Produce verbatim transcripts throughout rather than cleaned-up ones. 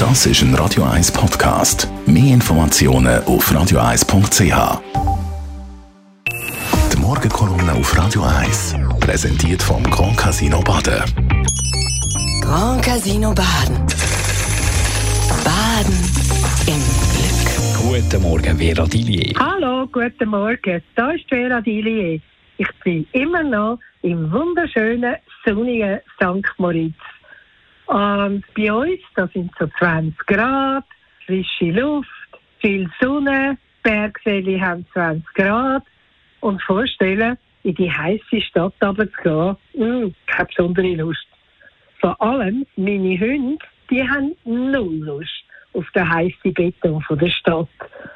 Das ist ein Radio eins Podcast. Mehr Informationen auf radio eins punkt c h. Die Morgenkolumne auf Radio eins. Präsentiert vom Grand Casino Baden. Grand Casino Baden. Baden im Glück. Guten Morgen, Vera Dillier. Hallo, guten Morgen. Da ist Vera Dillier. Ich bin immer noch im wunderschönen, sonnigen Sankt Moritz. Und bei uns, da sind so zwanzig Grad, frische Luft, viel Sonne, Bergsäle haben zwanzig Grad. Und vorstellen, in die heisse Stadt runterzugehen, mh, keine besondere Lust. Vor allem meine Hunde, die haben null Lust auf den heissen Beton von der Stadt.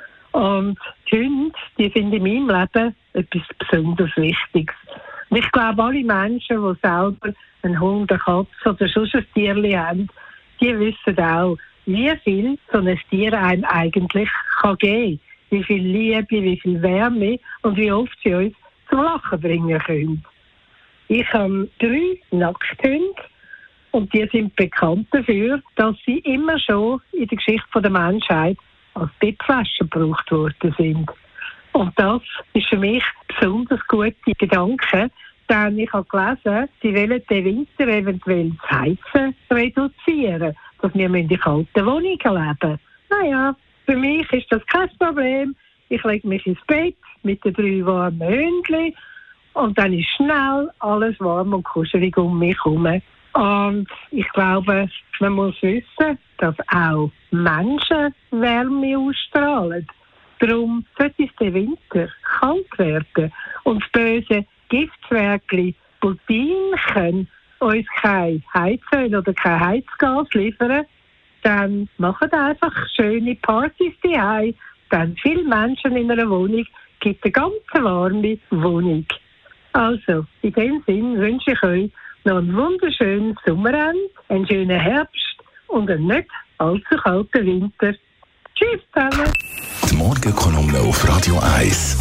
Und die Hunde, die sind in meinem Leben etwas besonders Wichtiges. Und ich glaube, alle Menschen, die selber einen Hund, eine Katze oder sonst ein Tierchen haben, die wissen auch, wie viel so ein Tier einem eigentlich kann geben kann. Wie viel Liebe, wie viel Wärme und wie oft sie uns zum Lachen bringen können. Ich habe drei Nackthunde und die sind bekannt dafür, dass sie immer schon in der Geschichte der Menschheit als Bettflaschen gebraucht worden sind. Und das ist für mich ein besonders guter Gedanke, denn ich habe gelesen, sie wollen den Winter eventuell das Heizen reduzieren, dass wir in kalten Wohnungen leben. Naja, für mich ist das kein Problem. Ich lege mich ins Bett mit den drei warmen Hündchen und dann ist schnell alles warm und kuschelig um mich herum. Und ich glaube, man muss wissen, dass auch Menschen Wärme ausstrahlen. Darum sollte es den Winter kalt werden. Und das böse Giftwerkli Putin können uns kein Heizöl oder kein Heizgas liefern. Dann machen einfach schöne Partys daheim. Dann viele Menschen in einer Wohnung, gibt eine ganz warme Wohnung. Also, in dem Sinn wünsche ich euch noch einen wunderschönen Sommerend, einen schönen Herbst und einen nicht allzu kalten Winter. Tschüss zusammen. Die Morgenkolumne auf Radio eins.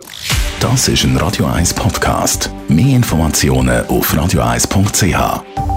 Das ist ein Radio eins Podcast. Mehr Informationen auf radio eins punkt c h.